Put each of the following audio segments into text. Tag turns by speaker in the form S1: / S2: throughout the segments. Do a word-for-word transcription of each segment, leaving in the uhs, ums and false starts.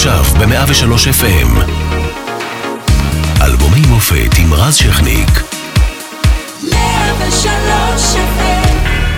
S1: עכשיו ב-מאה ושלוש אף אם. אלבומי מופת עם רז שכניק.
S2: מאה ושלוש אף אם.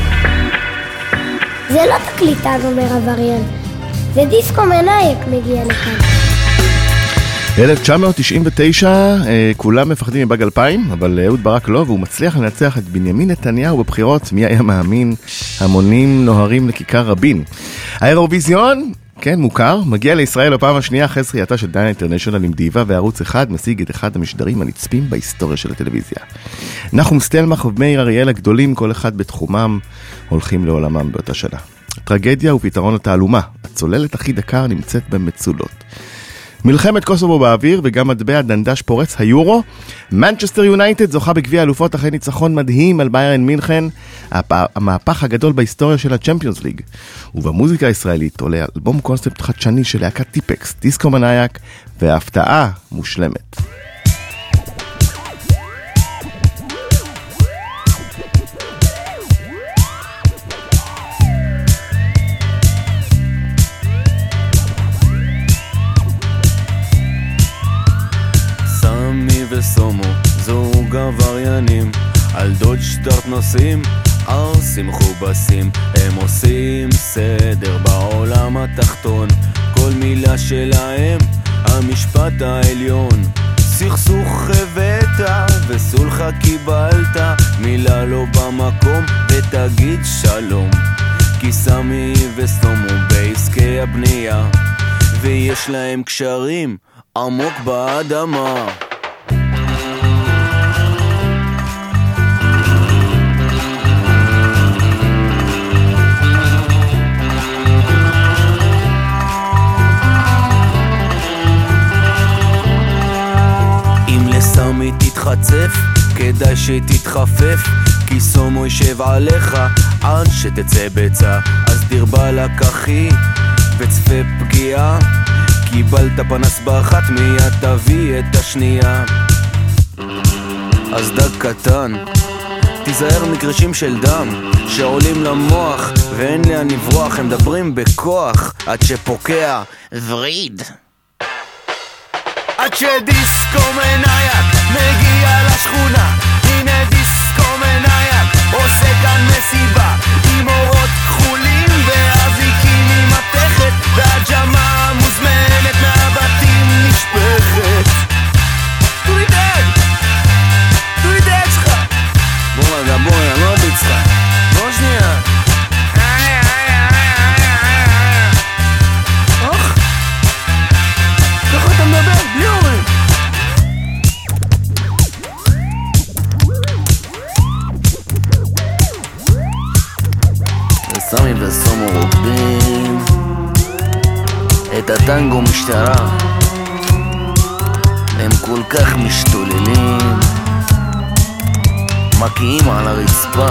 S3: זה לא תקליטה, אומר עבריין. זה דיסקו מנאייק מגיע לכאן.
S4: אלף תשע מאות תשעים ותשע, כולם מפחדים מבאג אלפיים, אבל אהוד ברק לא, והוא מצליח לנצח את בנימין נתניהו בבחירות. מי היה מאמין? המונים נוהרים לכיכר רבין. האירוויזיון, כן, מוכר, מגיע לישראל בפעם השנייה אחרי זכייתה של דיינה אינטרנשיונל עם דיבה, וערוץ אחד משיג את אחד המשדרים הנצפים בהיסטוריה של הטלוויזיה. נחום סטלמך ומאיר אריאל הגדולים, כל אחד בתחומם, הולכים לעולמם באותה שנה. טרגדיה ופתרון התעלומה, הצוללת הכי דקר נמצאת במצולות. מלחמת קוסובו באוויר וגם מטבע דנדש פורץ היורו. מנצ'סטר יונייטד זוכה בגביע האלופות אחרי ניצחון מדהים על ביירן מינכן, המהפך הגדול בהיסטוריה של הצ'מפיונס ליג. ובמוזיקה הישראלית עולה אלבום קונספט חדשני של להקת טיפקס, דיסקו מנאייק, וההפתעה מושלמת.
S5: וסומו זוג עבריינים על דוד שטרט נוסעים ארסים חובסים, הם עושים סדר בעולם התחתון, כל מילה שלהם המשפט העליון. סכסוך חבטה וסולחה קיבלת, מילה לא במקום ותגיד שלום. כי סמי וסומו בעסקי הבנייה ויש להם קשרים עמוק באדמה. סמי תתחצף, כדאי שתתחפף, כי סומו יישב עליך עד שתצא בצע. אז דיר בלק אחי וצפה פגיעה, קיבלת פנס באחת מיד תביא את השנייה. אז דג קטן, תיזהר מקרשים של דם שעולים למוח ואין לאן לברוח, הם מדברים בכוח עד שפוקע וריד. עד שדיסקו מנאייק מגיע לשכונה, הנה דיסקו מנאייק עושה כאן מסיבה עם אורות כחולים ואזיקים עם מתכת, והג'מה מוזמנת מהבתים נשפכת. תורי דד תורי דד שלך בוא רגע בוא רגע לא ביצך בוא שנייה. אוח ככה אתה מדבר בלי אורן. וסמי וסומו רוקדים את הטנגו משטרה, הם כל כך משתוללים מקיאים על הרצפה.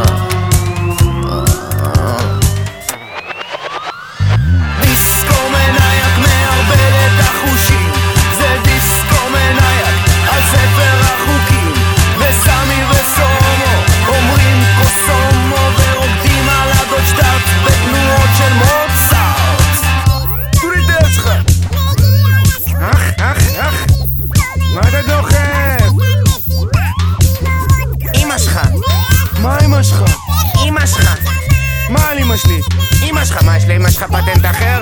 S5: דיסקו מנאייק מערבל את החושים, זה דיסקו מנאייק על ספר החוקים, וסמי וסומו אומרים קוסומו ורוקדים על הדודשטארט בתנועות של מוצרט. תורי דרך שלך אח אח אח מה אתה דוחף? אמא שלך. מה אמא שלך? אמא שלך. מה על אמא שלי? אמא שלך. מה יש לאמא שלך פטנט אחר?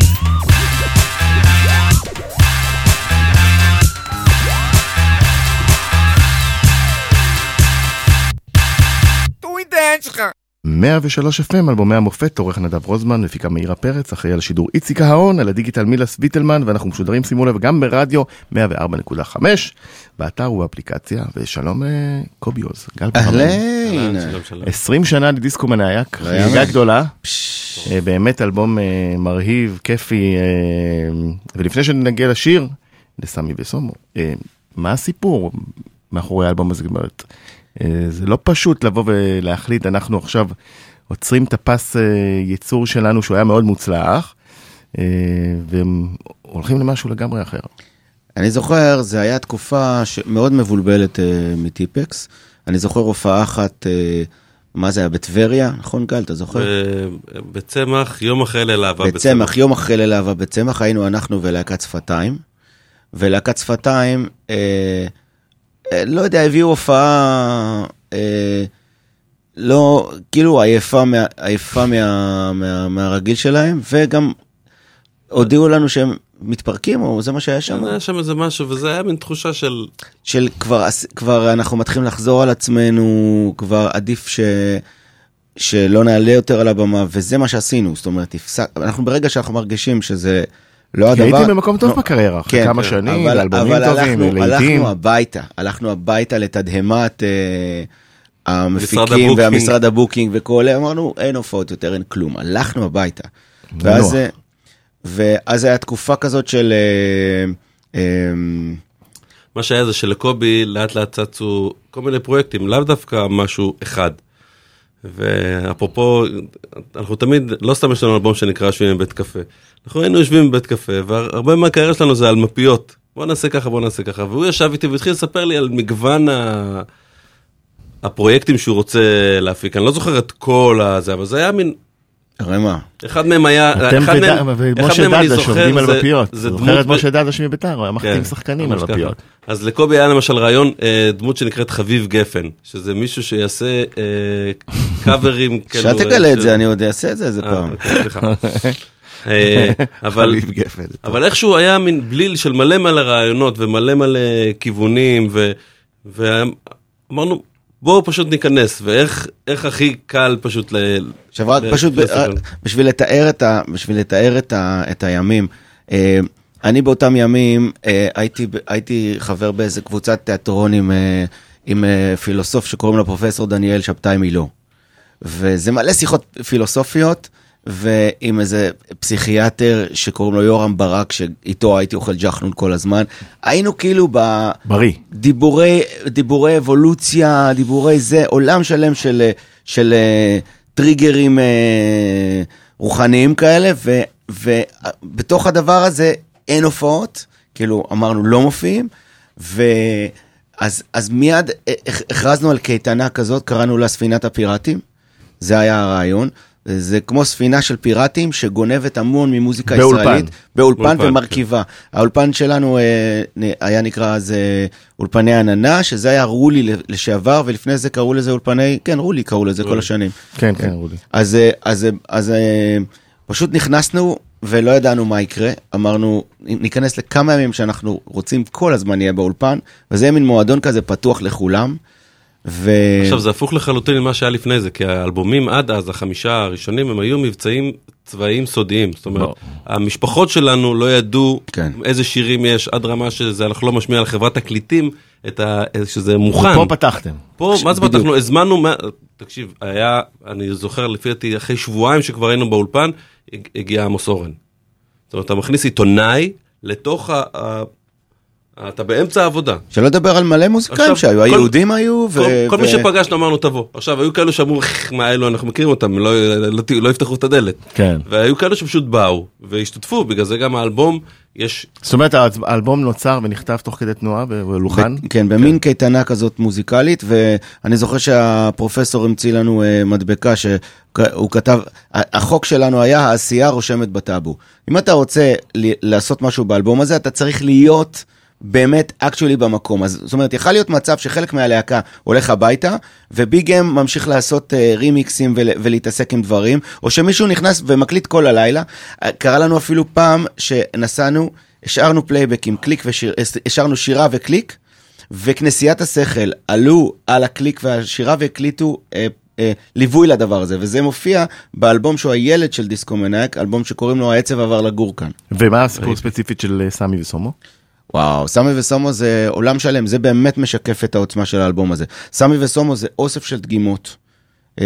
S5: תורי דרך שלך.
S4: מאה ושלוש אף אם, אלבומי המופת, עורך נדב רוזמן, מפיקה מאירה פרץ, אחראי על השידור איציק ההון, על הדיגיטל מילס ויטלמן, ואנחנו משודרים, שימו לב, גם ברדיו מאה וארבע נקודה חמש, באתר ובאפליקציה. ושלום קובי עוז, גל פרמן.
S6: אהלן.
S4: עשרים שנה לדיסקו מנאייק, חגיגה גדולה, באמת אלבום מרהיב, כיפי, ולפני שנגיע לשיר, לסמי וסומו, מה הסיפור מאחורי האלבום הזה? זה לא פשוט לבוא ולהחליט, אנחנו עכשיו עוצרים את הפס ייצור שלנו שהוא היה מאוד מוצלח, והולכים למשהו לגמרי אחר.
S6: אני זוכר, זה היה תקופה מאוד מבולבלת מטיפקס. אני זוכר הופעה אחת מה זה היה? בטבריה, נכון גל, אתה זוכר?
S7: בצמח, יום אחרי ליל אהבה בצמח.
S6: בצמח, יום אחרי ליל אהבה בצמח, היינו אנחנו ולהקת שפתיים, ולהקת שפתיים, אה, אה, לא יודע, הביאו הופעה, אה, לא, כאילו עייפה, מה, עייפה מה, מה, מהרגיל שלהם, וגם הודיעו לנו שהם מתפרקים, או זה מה שהיה שם?
S7: היה שם איזה משהו, וזה היה מין תחושה של...
S6: של כבר, כבר אנחנו מתחילים לחזור על עצמנו, כבר עדיף ש... שלא נעלה יותר על הבמה, וזה מה שעשינו, זאת אומרת, תפסק, אנחנו ברגע שאנחנו מרגישים שזה לא הדבר...
S4: כי הייתי במקום טוב בקריירה, אחרי
S6: כן,
S4: כמה
S6: כן,
S4: שנים,
S6: אבל,
S4: אלבומים
S6: אבל
S4: טובים,
S6: הלכנו,
S4: לעיתים.
S6: הלכנו הביתה, הלכנו הביתה לתדהמת אה, המפיקים
S7: הבוקינג.
S6: והמשרד הבוקינג וכל, אמרנו, אין הופעות יותר, אין כלום, הלכנו הביתה. ואז, ואז היה תקופה כזאת של... אה, אה,
S7: מה שהיה זה שלקובי לאט לאט צצו כל מיני פרויקטים, לאו דווקא משהו אחד. ואפרופו, אנחנו תמיד, לא סתם יש לנו אלבום שנקרא יושבים בבית קפה. אנחנו היינו יושבים בבית קפה, והרבה מהקריירה שלנו זה על מפיות. בוא נעשה ככה, בוא נעשה ככה. והוא ישב איתי והתחיל לספר לי על מגוון ה... הפרויקטים שהוא רוצה להפיק. אני לא זוכר את כל הזה, אבל זה היה מין...
S6: רמה.
S7: אחד מהם היה...
S4: אתם ומשה דדה שעובדים על מפיות. זוכר את משה דדה שמבטר, הוא היה מחתים שחקנים על מפיות.
S7: אז לקובי היה למשל רעיון, דמות שנקראת חביב גפן, שזה מישהו שיעשה קאברים כאלו...
S6: שאל תגלה את זה, אני עוד אעשה את זה איזה פעם.
S7: סליחה. אבל איכשהו היה מין בליל של מלא מלא רעיונות ומלא מלא כיוונים, ואמרנו, בואו פשוט ניכנס, ואיך הכי קל פשוט ל...
S6: עכשיו רק פשוט בשביל לתאר את ה... בשביל לתאר את הימים, אני באותם ימים הייתי חבר באיזה קבוצת תיאטרון עם פילוסוף שקוראים לו פרופסור דניאל שבתאי מילו, וזה מלא שיחות פילוסופיות, ועם איזה פסיכיאטר שקוראים לו יורם ברק, שאיתו הייתי אוכל ג'חנון כל הזמן. היינו כאילו בדיבורי, דיבורי אבולוציה, דיבורי זה, עולם שלם של, של טריגרים רוחניים כאלה, ו, ובתוך הדבר הזה אין הופעות, כאילו אמרנו לא מופיעים, ואז אז מיד הכרזנו על קייטנה כזאת, קראנו לה ספינת הפיראטים, זה היה הרעיון, זה כמו ספינה של פיראטים שגונבת המון ממוזיקה
S4: באולפן.
S6: ישראלית, באולפן
S7: באולפן,
S6: ומרכיבה. כן. האולפן שלנו אה, היה נקרא אז אה, אולפני עננה, שזה היה רולי לשעבר, ולפני זה קראו לזה אולפני, כן, רולי קראו לזה רולי. כל השנים.
S4: כן, כן, רולי.
S6: אז, אז, אז אה, פשוט נכנסנו ולא ידענו מה יקרה, אמרנו, ניכנס לכמה ימים שאנחנו רוצים כל הזמן יהיה באולפן, וזה מין מועדון כזה פתוח לכולם, ו...
S7: עכשיו זה הפוך לחלוטין למה שהיה לפני זה, כי האלבומים עד אז, החמישה הראשונים, הם היו מבצעים צבאיים סודיים, זאת אומרת, המשפחות שלנו לא ידעו כן. איזה שירים יש, עד רמה שזה אנחנו לא משמיע על חברת תקליטים, את ה... שזה מוכן.
S4: ופה פתחתם.
S7: פה, מה זה פתחנו? הזמנו, תקשיב, היה, אני זוכר לפי דעתי, אחרי שבועיים שכבר היינו באולפן, הגיע עמוס אורן. זאת אומרת, אתה מכניס עיתונאי לתוך ה... אתה באמצע העבודה.
S6: שלא לדבר על מלא מוזיקאים שהיו, היהודים היו ו...
S7: כל מי שפגשנו אמרנו תבוא. עכשיו, היו כאלו שאמרו, מה אלו, אנחנו מכירים אותם, לא יפתחו את הדלת. כן. והיו כאלו שפשוט באו והשתתפו, בגלל זה גם האלבום יש...
S4: זאת אומרת, האלבום נוצר ונכתב תוך כדי תנועה ולוחן?
S6: כן, במין קייטנה כזאת מוזיקלית, ואני זוכר שהפרופסור המציא לנו מדבקה שהוא כתב, החוק שלנו היה, העשייה רושמת בטאבו. אם אתה רוצה לעשות משהו באלבום הזה, אתה צריך להיות... באמת אקטואלי במקום. אז זאת אומרת, יכול להיות מצב שחלק מהלהקה הולך הביתה, וביגם ממשיך לעשות uh, רימיקסים ול, ולהתעסק עם דברים, או שמישהו נכנס ומקליט כל הלילה. קרה לנו אפילו פעם שנסענו, השארנו פלייבק עם קליק, ושיר, השארנו שירה וקליק, וכנסיית השכל עלו על הקליק והשירה והקליטו uh, uh, ליווי לדבר הזה, וזה מופיע באלבום שהוא הילד של דיסקו מניאק, אלבום שקוראים לו העצב עבר לגור כאן.
S4: ומה הסיפור ספציפית של סמי וסומו?
S6: וואו, סמי וסומו זה עולם שלם, זה באמת משקף את העוצמה של האלבום הזה. סמי וסומו זה אוסף של דגימות. אה,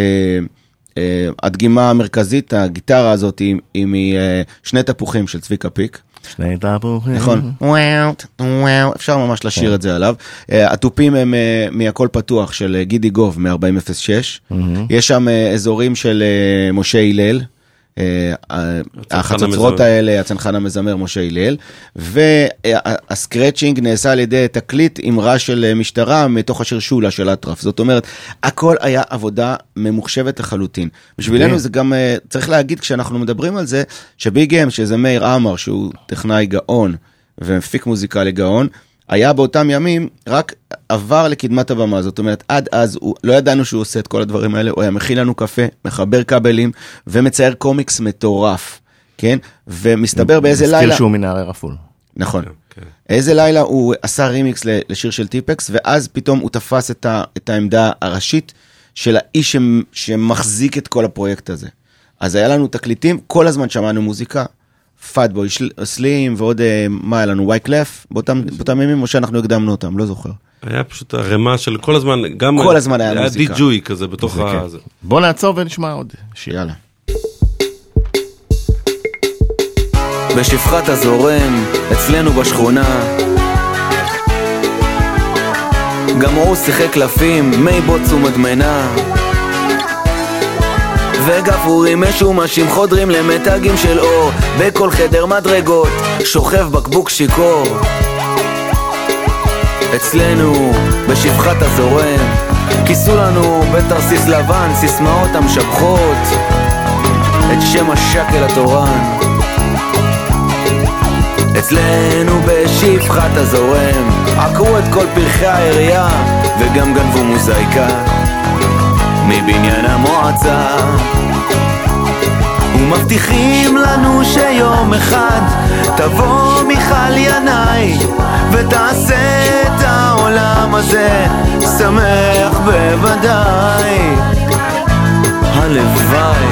S6: אה, הדגימה המרכזית, הגיטרה הזאת, היא, היא משני תפוחים של צביקה פיק.
S4: שני תפוחים.
S6: נכון. וואו, וואו, אפשר ממש לשיר את זה עליו. אה, הטופים הם אה, מהכל פתוח של גידי גוב מ-ארבעים אפס שש. יש שם אה, אזורים של אה, משה הלל. החצוצרות האלה, הצנחן המזמר משה הלל, והסקרצ'ינג נעשה על ידי תקליט עם רעש של משטרה מתוך השיר שולה של אטרף. זאת אומרת, הכל היה עבודה ממוחשבת לחלוטין. בשבילנו זה גם, צריך להגיד כשאנחנו מדברים על זה, שביג אם, שזה מאיר עמר, שהוא טכנאי גאון, ומפיק מוזיקלי גאון, היה באותם ימים, רק עבר לקדמת הבמה. זאת אומרת, עד אז הוא, לא ידענו שהוא עושה את כל הדברים האלה, הוא היה מכין לנו קפה, מחבר כבלים, ומצייר קומיקס מטורף, כן? ומסתבר באיזה לילה...
S4: מזכיר שהוא מנערי רפול.
S6: נכון. איזה לילה הוא עשה רימיקס לשיר של טיפקס, ואז פתאום הוא תפס את, ה, את העמדה הראשית של האיש שמחזיק את כל הפרויקט הזה. אז היה לנו תקליטים, כל הזמן שמענו מוזיקה, פאטבוי, סלים, ועוד מה היה לנו, וייקלף, באותם, באותם ימים, או שאנחנו הקדמנו אותם, לא זוכר.
S7: היה פשוט הרמה של כל הזמן, גם...
S6: כל הזמן היה מוזיקה.
S7: היה די-ג'וי כזה בתוך ה...
S4: בוא נעצור ונשמע עוד שיר.
S6: יאללה.
S5: בשפחת הזורם, אצלנו בשכונה, גם הוא שיחק קלפים, מי בוץ ומדמנה, וגפורים משומשים חודרים למתגים של אור, בכל חדר מדרגות שוכב בקבוק שיקור. אצלנו בשפחת הזורם כיסו לנו בתרסיס לבן סיסמאות המשבחות את שם השקל התורן. אצלנו בשפחת הזורם עקרו את כל פרחי העירייה וגם גנבו מוזיקה מבניין המועצה, ומבטיחים לנו שיום אחד תבוא מיכל ינאי ותעשה את העולם הזה שמח בוודאי. הלוואי.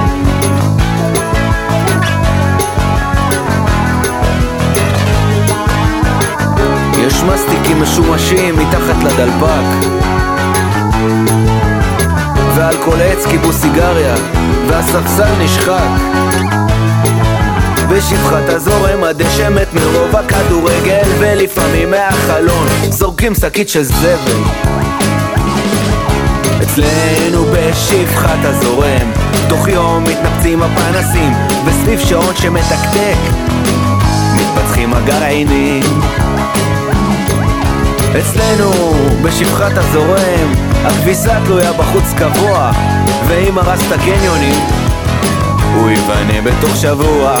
S5: יש מסטיקים משומשים מתחת לדלפק, ועל כל עץ קיבו סיגריה והספסל נשחק. בשפחת הזורם הדשא מת מרוב הכדורגל, ולפעמים מהחלון זורקים שקית של זבל. אצלנו בשפחת הזורם תוך יום מתנפצים הפנסים, וסביב שעון שמתקתק מתפתחים הגרעינים. אצלנו בשפחת הזורם הכביסה תלויה בחוץ קבוע, ואם הרס את הקניונים הוא יבנה בתוך שבוע.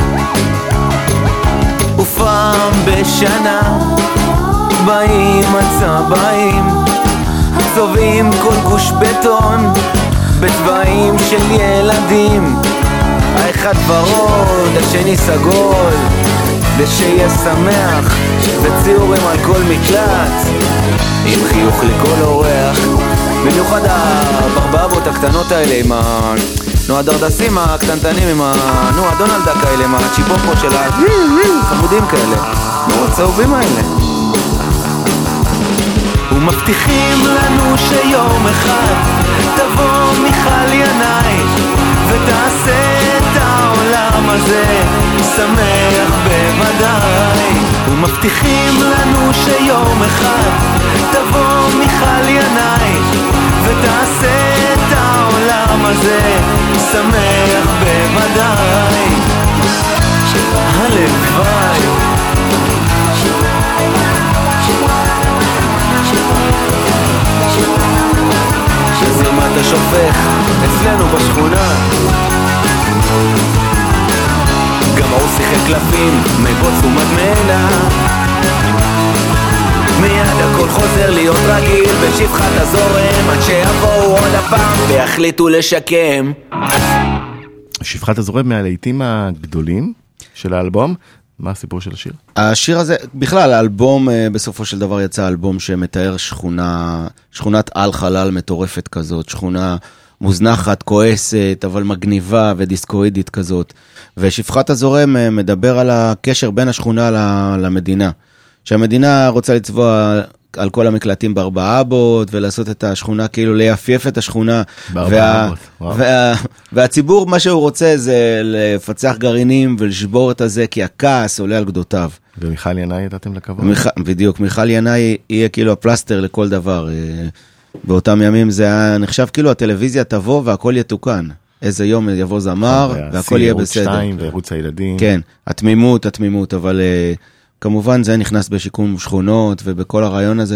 S5: ופעם בשנה באים הצבעים, צובעים כל גוש בטון בצבעים של ילדים, האחד ורוד, השני סגול, ושיהיה שמח, וציורים על כל מקלט עם חיוך לכל אורח. במיוחד הברבבות הקטנות האלה עם ה... נו, הדרדסים הקטנטנים עם ה... נו, הדונלדק האלה עם הצ'יפופות של החמודים כאלה, נו, הצהובים האלה. ומבטיחים לנו שיום אחד תבוא מיכל ינאי ותעשה את העולם הזה שמח בוודאי. ומבטיחים לנו שיום אחד תבוא מיכל ינאי ותעשה את העולם הזה שמח בוודאי. הלוואי. שזרמת השופך אצלנו בשכונה, גם הוא שיחק קלפים מבוץ ומדמנה, מיד הכל חוזר להיות רגיל בשפחת הזורם, עד שיבואו עוד הפעם ויחליטו לשקם.
S4: שפחת הזורם מהלהיטים הגדולים של האלבום. מה הסיפור של השיר?
S6: השיר הזה, בכלל, האלבום בסופו של דבר יצא אלבום שמתאר שכונה, שכונת על חלל מטורפת כזאת, שכונה מוזנחת, כועסת, אבל מגניבה ודיסקואידית כזאת. ושפחת הזורם מדבר על הקשר בין השכונה למדינה. שהמדינה רוצה לצבוע על כל המקלטים בארבע אבות, ולעשות את השכונה, כאילו ליפייף את השכונה. וה, וה, והציבור, מה שהוא רוצה זה לפצח גרעינים ולשבור את הזה, כי הכעס עולה על גדותיו.
S4: ומיכל ינאי ידעתם לכבוד?
S6: מיכל, בדיוק, מיכל ינאי יהיה כאילו הפלסטר לכל דבר. באותם ימים זה היה נחשב כאילו הטלוויזיה תבוא והכל יתוקן. איזה יום יבוא זמר, והכל יהיה בסדר.
S4: שתיים וערוץ הילדים.
S6: כן, התמימות, התמימות, אבל כמובן זה נכנס בשיקום שכונות, ובכל הרעיון הזה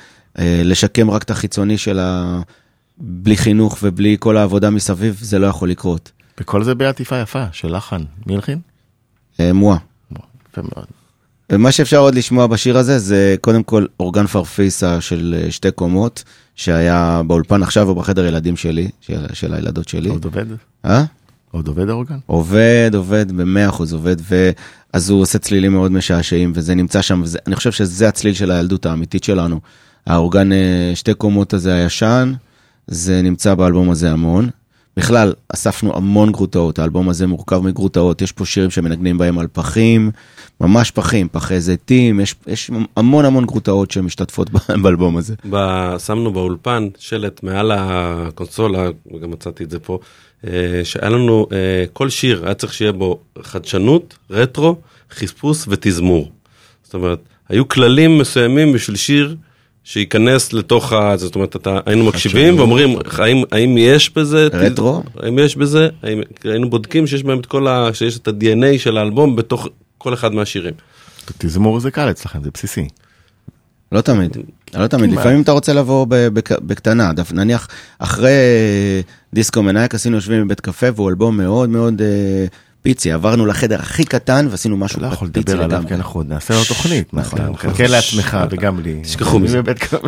S6: שלשקם רק את החיצוני של ה... בלי חינוך ובלי כל העבודה מסביב, זה לא יכול לקרות.
S4: וכל זה בעטיפה יפה, של לחן. מי הלחין?
S6: מואה.
S4: יפה מאוד.
S6: ומה שאפשר עוד לשמוע בשיר הזה, זה קודם כל אורגן פרפיסה של שתי קומות, שהיה באולפן עכשיו או בחדר ילדים שלי, של, של הילדות שלי.
S4: עוד עובד?
S6: אה?
S4: עוד עובד האורגן?
S6: עובד, עובד, במאה אחוז עובד, ואז הוא עושה צלילים מאוד משעשעים, וזה נמצא שם, וזה, אני חושב שזה הצליל של הילדות האמיתית שלנו. האורגן שתי קומות הזה הישן, זה נמצא באלבום הזה המון. בכלל, אספנו המון גרוטאות, האלבום הזה מורכב מגרוטאות, יש פה שירים שמנגנים בהם על פחים, ממש פחים, פחי זיתים, יש, יש המון המון גרוטאות שמשתתפות באלבום הזה.
S7: שמנו באולפן שלט מעל הקונסולה, וגם מצאתי את זה פה, שהיה לנו, כל שיר היה צריך שיהיה בו חדשנות, רטרו, חיפוש ותזמור. זאת אומרת, היו כללים מסוימים בשביל שיר, שייכנס לתוך ה... זאת אומרת, אתה, היינו מקשיבים ואומרים, האם, האם יש בזה...
S6: רטרו?
S7: האם יש בזה? האם, היינו בודקים שיש בהם את כל ה... שיש את ה-די אן איי של האלבום בתוך כל אחד מהשירים.
S4: תזמור זה קל אצלכם, זה בסיסי.
S6: לא תמיד. לא תמיד. לפעמים אתה רוצה לבוא בקטנה. נניח, אחרי דיסקו מנאייק, עשינו יושבים בבית קפה, והוא אלבום מאוד מאוד... פיצי, עברנו לחדר הכי קטן ועשינו משהו
S4: פיצי לגמרי. לא יכול לדבר עליו, כי אנחנו נעשה לו תוכנית. נכון. חכה לעצמך וגם לי.
S7: שכחו מזה.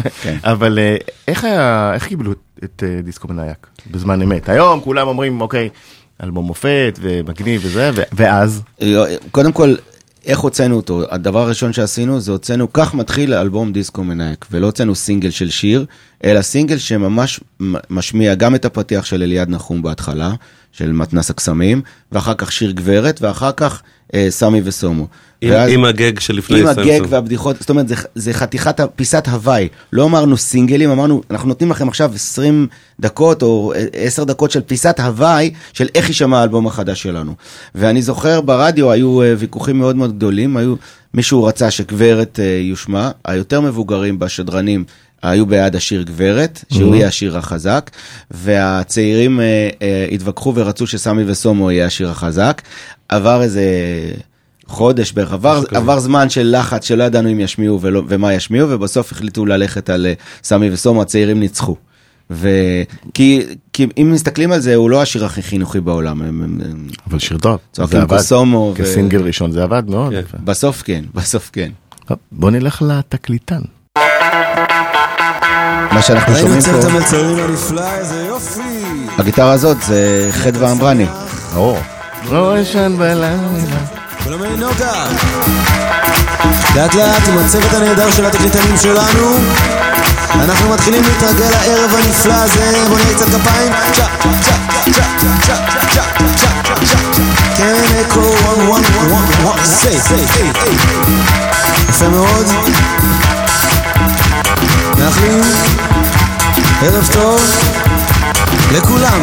S4: אבל איך קיבלו את דיסקו מנאייק בזמן אמת? היום כולם אומרים, אוקיי, אלבום מופת ומגניב וזה, ואז?
S6: קודם כל, איך הוצאנו אותו? הדבר הראשון שעשינו זה הוצאנו, כך מתחיל אלבום דיסקו מנאייק, ולא הוצאנו סינגל של שיר, אלא סינגל שממש משמיע גם את הפתיח של אליעד נחום בהתחלה, של מתנס הקסמים, ואחר כך שיר גברת, ואחר כך אה, סמי וסומו.
S7: עם, ואז, עם הגג שלפני
S6: עם הגג והבדיחות, זאת אומרת, זה, זה חתיכת פיסת הוואי. לא אמרנו סינגלים, אמרנו, אנחנו נותנים לכם עכשיו עשרים דקות, או עשר דקות של פיסת הוואי, של איך יישמע האלבום החדש שלנו. ואני זוכר, ברדיו היו אה, ויכוחים מאוד מאוד גדולים, היו, מישהו רצה שגברת אה, יושמע, היותר מבוגרים בשדרנים, היו בעד השיר גברת, שהוא יהיה השיר החזק, והצעירים אה, אה, התווכחו ורצו שסמי וסומו יהיה השיר החזק. עבר איזה חודש בערך, עבר, עבר זמן של לחץ שלא ידענו אם ישמיעו ולא, ומה ישמיעו, ובסוף החליטו ללכת על סמי וסומו, הצעירים ניצחו. וכי, כי אם מסתכלים על זה, הוא לא השיר הכי חינוכי בעולם. הם, הם,
S4: אבל שיר טוב.
S6: צועקים קוסומו.
S4: כסינגל ו... ראשון זה עבד מאוד.
S6: כן. בסוף כן, בסוף כן.
S4: בוא נלך לתקליטן.
S6: מה שאנחנו שומעים פה, הגיטרה הזאת זה חדווה אמרני.
S4: או, לא ישן בלילה.
S8: לאט לאט עם הצוות הנהדר של התקליטנים שלנו, אנחנו מתחילים להתרגל לערב הנפלא הזה. בוא נראה קצת כפיים. צ'ה, צ'ה, צ'ה, צ'ה, צ'ה, צ'ה, צ'ה. כן, אקו, וואן, וואן, וואן, וואן, סי, סי, סי. יפה מאוד. מאחלים ערב טוב לכולם.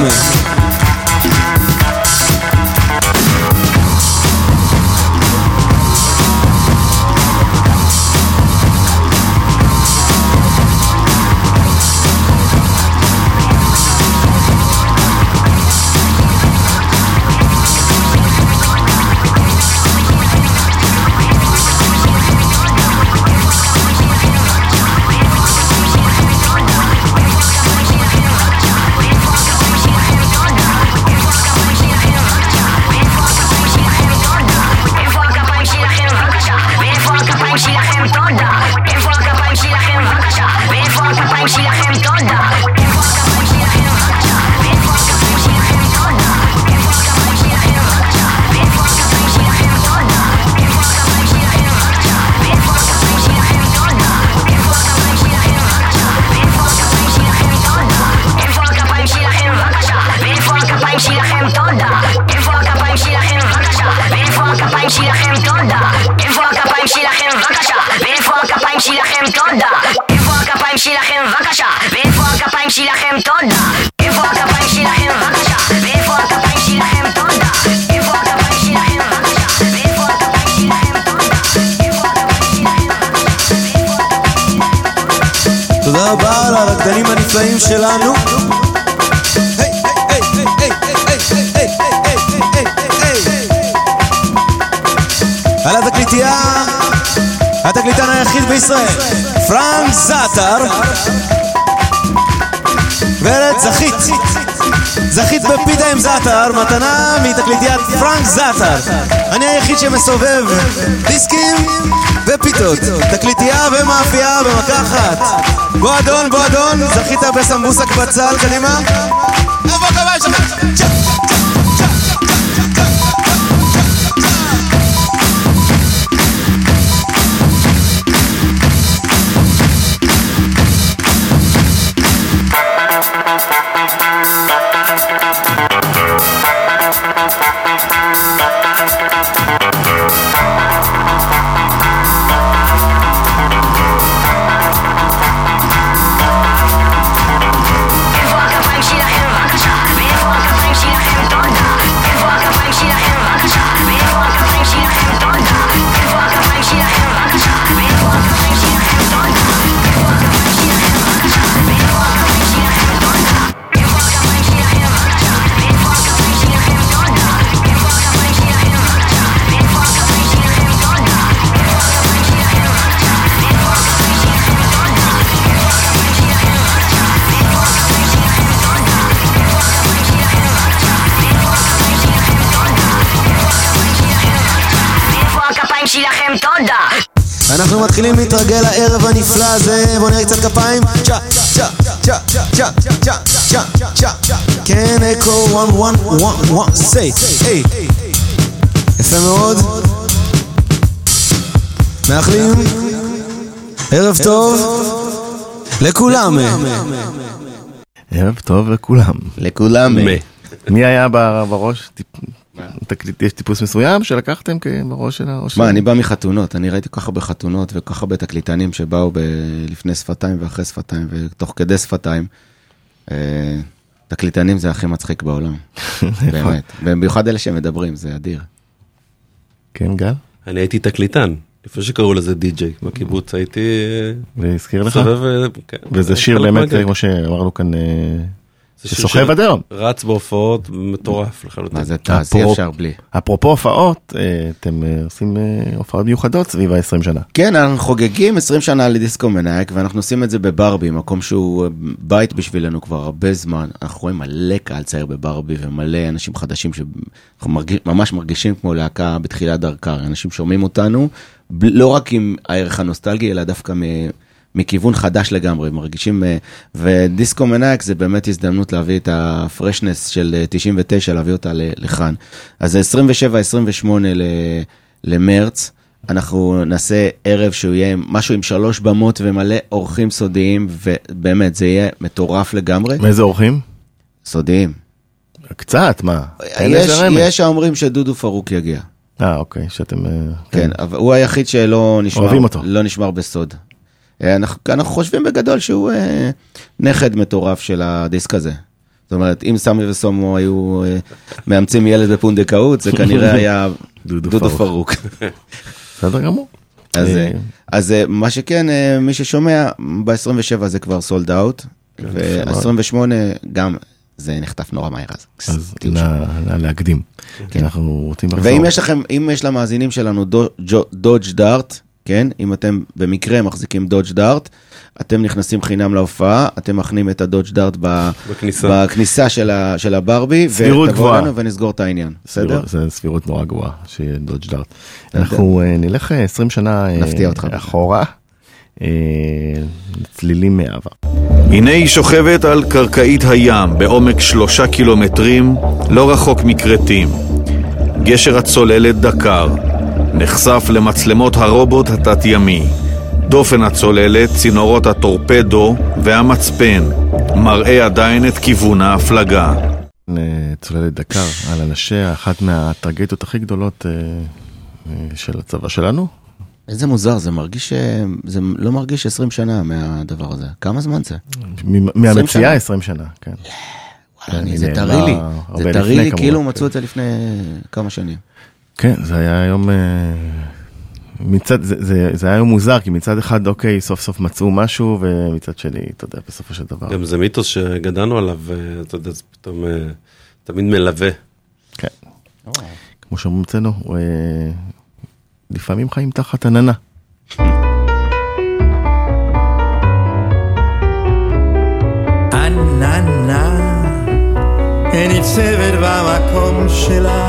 S8: תודה רבה על הרקדנים הנפלאים שלנו. היי, היי, היי, היי, היי. על התקליטייה, התקליטן היחיד בישראל, פרנק זאטר. ורד, זכית זכית בפיתה עם זאטר, מתנה מתקליטיית פרנק זאטר. אני היחיד שמסובב דיסקים ופיתות, תקליטייה ומאפייה במכה אחת. בוא אדון, בוא אדון, זכית בסמבוסק בצל, קדימה. אבוא כמה שלך. אנחנו מתחילים להתרגל לערב הנפלא הזה. בואו נראה קצת כפיים. צ'ה, צ'ה, צ'ה, צ'ה, צ'ה, צ'ה, צ'ה, צ'ה. כן, אקו, וואן, וואן, וואן, וואן, סי, היי. יפה מאוד. מאחלים ערב טוב לכולם.
S4: ערב טוב לכולם.
S6: לכולם.
S4: מי היה בראש? יש טיפוס מסוים שלקחתם בראש שלה?
S6: מה, אני בא מחתונות, אני ראיתי ככה בחתונות וככה בתקליטנים שבאו לפני שפתיים ואחרי שפתיים ותוך כדי שפתיים. תקליטנים זה הכי מצחיק בעולם, באמת. ובמיוחד אלה שמדברים, זה אדיר.
S4: כן, גל?
S7: אני הייתי תקליטן, לפני שקראו לזה די-ג'יי, בקיבוץ הייתי...
S4: והזכיר לך? וזה שיר באמת, כמו שאמרנו כאן... שסוחב עד היום.
S7: רץ בהופעות, מטורף לחלוטין.
S6: מה זה תעשי אפשר בלי.
S4: אפרופו הופעות, אתם עושים הופעות מיוחדות סביב ה-עשרים שנה.
S6: כן, אנחנו חוגגים עשרים שנה לדיסקו מנהיק, ואנחנו עושים את זה בברבי, מקום שהוא בית בשבילנו כבר הרבה זמן. אנחנו רואים מלא קהל צעיר בברבי, ומלא אנשים חדשים שאנחנו ממש מרגישים כמו להקה בתחילת דרכה. אנשים שומעים אותנו, לא רק עם הערך הנוסטלגי, אלא דווקא מ... מכיוון חדש לגמרי, מרגישים, ודיסקו מנהיק זה באמת הזדמנות להביא את הפרשנס של תשעים ותשע, להביא אותה לכאן. אז עשרים ושבע עשרים ושמונה למרץ, אנחנו נעשה ערב שהוא יהיה משהו עם שלוש במות ומלא אורחים סודיים, ובאמת זה יהיה מטורף לגמרי.
S4: מאיזה אורחים?
S6: סודיים.
S4: קצת, מה?
S6: יש, יש האומרים שדודו פרוק יגיע.
S4: אה, אוקיי, שאתם...
S6: כן, אבל הוא היחיד שלא נשמר, לא נשמר בסוד. אנחנו, אנחנו חושבים בגדול שהוא אה, נכד מטורף של הדיסק הזה. זאת אומרת, אם סמי וסומו היו אה, מאמצים ילד בפונדקאות, זה כנראה היה דודו, דודו פרוק.
S4: בסדר גמור.
S6: אז, אה, אז אה, מה שכן, אה, מי ששומע, ב-עשרים ושבע זה כבר סולד אאוט, ו-עשרים ושמונה גם זה נחטף נורא מהר אז.
S4: אז נא להקדים.
S6: כן.
S4: אנחנו רוצים לחזור.
S6: ואם יש לכם, אם יש למאזינים שלנו דודג' דארט, כן? אם אתם במקרה מחזיקים דודג' דארט, אתם נכנסים חינם להופעה, אתם מכנים את הדודג' דארט בכניסה, בכניסה של, ה, של הברבי, ותבואו לנו ונסגור את העניין. בסדר?
S4: זה סבירות נורא גבוהה, שיהיה דודג' דארט. אנחנו נלך עשרים שנה אחורה, צלילים מעבר.
S9: הנה היא שוכבת על קרקעית הים, בעומק שלושה קילומטרים, לא רחוק מקרטים. גשר הצוללת דקר. נחשף למצלמות הרובוט התת-ימי, דופן הצוללת, צינורות הטורפדו והמצפן, מראה עדיין את כיוון ההפלגה.
S4: צוללת דקר על אנשיה, אחת מהטרגדיות הכי גדולות של הצבא שלנו.
S6: איזה מוזר, זה מרגיש, זה לא מרגיש עשרים שנה מהדבר הזה. כמה זמן זה?
S4: מהמציאה עשרים שנה, כן.
S6: זה טרי לי, זה טרי לי, כאילו מצאו את זה לפני כמה שנים.
S4: כן, זה היה היום, מצד, זה, זה, זה היה היום מוזר, כי מצד אחד, אוקיי, סוף סוף מצאו משהו, ומצד שני, אתה יודע, בסופו של דבר.
S7: גם זה מיתוס שגדלנו עליו, אתה יודע, זה פתאום תמיד מלווה.
S4: כן. כמו שאומרים אצלנו, לפעמים חיים תחת עננה.
S10: עננה ניצבת במקום שלה,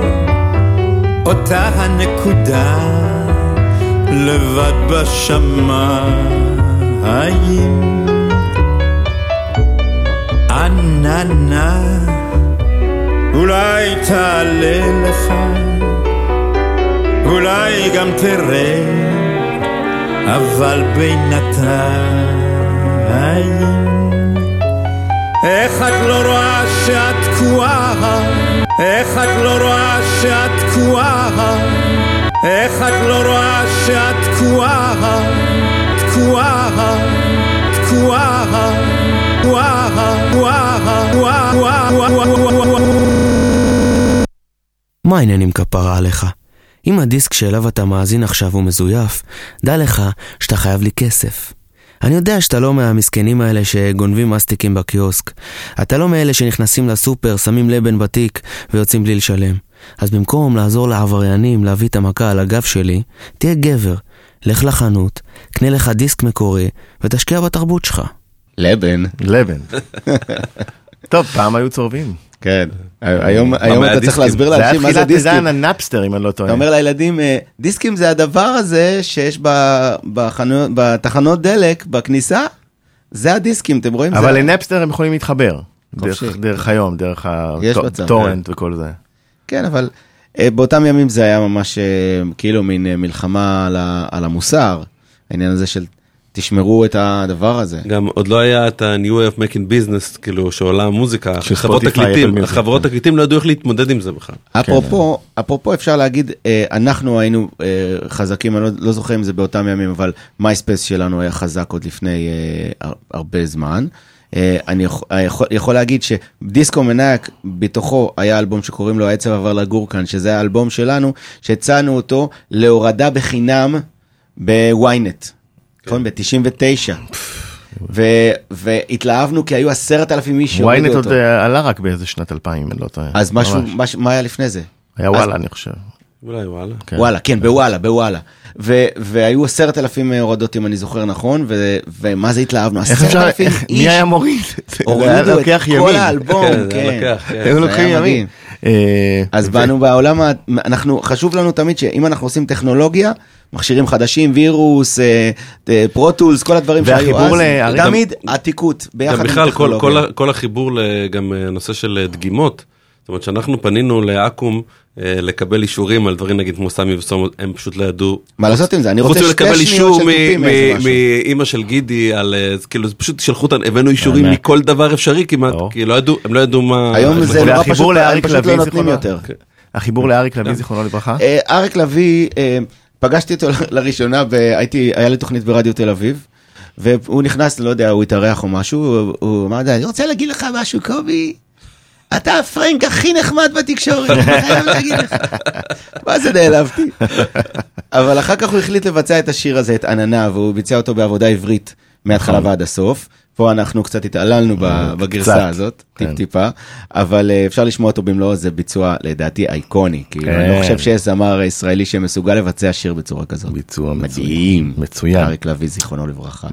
S10: אותה הנקודה לבד בשמיים. עננה אולי תעלה לך, אולי גם תראה, אבל בינתיים איך את לא רואה שאת תקועה, איך את לא רואה שאת תקועה, איך את לא רואה שאת תקועה, תקועה, תקועה,
S11: מה העניינים כפרה עליך? אם הדיסק שאליו אתה מאזין עכשיו הוא מזויף, דע לך שאתה חייב לי כסף. אני יודע שאתה לא מהמסכנים האלה שגונבים מסטיקים בקיוסק. אתה לא מאלה שנכנסים לסופר, שמים לבן בתיק ויוצאים בלי לשלם. אז במקום לעזור לעבריינים להביא את המכה על הגב שלי, תהיה גבר, לך לחנות, קנה לך דיסק מקורי ותשקיע בתרבות שלך.
S6: לבן.
S4: לבן. טוב, פעם היו צורבים.
S6: כן. היום אתה צריך להסביר לאנשים מה זה דיסקים.
S4: זה היה תחילת הנאפסטר, אם אני לא טועה.
S6: אתה אומר לילדים, דיסקים זה הדבר הזה שיש בתחנות דלק, בכניסה, זה הדיסקים, אתם רואים?
S4: אבל לנאפסטר הם יכולים להתחבר. דרך היום, דרך הטורנט וכל זה.
S6: כן, אבל באותם ימים זה היה ממש כאילו מין מלחמה על המוסר, העניין הזה של תשמרו את הדבר הזה.
S7: גם עוד לא היה את ה-New Way of Making Business, כאילו שעולה מוזיקה, חברות תקליטים, חברות תקליטים לא ידעו איך להתמודד עם זה בכלל.
S6: אפרופו, אפרופו אפשר להגיד, אנחנו היינו חזקים, אני לא זוכר אם זה באותם ימים, אבל MySpace שלנו היה חזק עוד לפני הרבה זמן. אני יכול להגיד שדיסקו מניאק בתוכו היה אלבום שקוראים לו העצב עבר לגור כאן, שזה היה אלבום שלנו, שהצענו אותו להורדה בחינם בוויינט. נכון, ב-תשעים ותשע. והתלהבנו כי היו עשרת אלפים איש שהורידו אותו.
S4: וויינט עוד עלה רק באיזה שנת אלפיים, אני לא טועה.
S6: אז משהו, מה היה לפני זה?
S4: היה וואלה, אני חושב.
S7: אולי וואלה.
S6: וואלה, כן, בוואלה, בוואלה. והיו עשרת אלפים הורדות, אם אני זוכר נכון, ומה זה התלהבנו? עשרת אלפים איש.
S4: מי היה מוריד?
S6: הורידו את כל האלבום, כן.
S4: היו לוקחים ימים.
S6: אז באנו בעולם, חשוב לנו תמיד שאם אנחנו עושים טכנולוגיה, מכשירים חדשים, וירוס, פרוטולס, כל הדברים שהיו אז, תמיד עתיקות, ביחד עם טכנולוגיה.
S7: בכלל, כל החיבור גם נושא של דגימות, זאת אומרת שאנחנו פנינו לאקום לקבל אישורים על דברים נגיד כמו סמי וסום, הם פשוט לא ידעו.
S6: מה לעשות עם זה? אני רוצה שתי שניות של תופים איזה משהו.
S7: מאמא של גידי, כאילו פשוט שלחו אותנו, הבאנו אישורים מכל דבר אפשרי כמעט, כי הם לא ידעו מה...
S6: היום זה לא פשוט לא נותנים יותר.
S4: החיבור לאריק לוי, זיכרונו לברכה?
S6: אריק לוי... פגשתי אותו לראשונה, היה לי תוכנית ברדיו תל אביב, והוא נכנס, לא יודע, הוא התארח או משהו, הוא אמר, אני רוצה להגיד לך משהו, קובי, אתה הפרנק הכי נחמד בתקשורת, אני חייב להגיד לך. מה זה נעלבתי? אבל אחר כך הוא החליט לבצע את השיר הזה, את עננה, והוא ביצע אותו בעבודה עברית, מההתחלה ועד הסוף. פה אנחנו קצת התעללנו בגרסה הזאת, טיפ-טיפה, אבל אפשר לשמוע אותו במלואו, זה ביצוע לדעתי אייקוני, כי אני לא חושב שיש זמר ישראלי שמסוגל לבצע שיר בצורה כזאת.
S4: ביצוע
S6: מדהים.
S4: מצוין.
S6: אריק לוי, זיכרונו לברכה.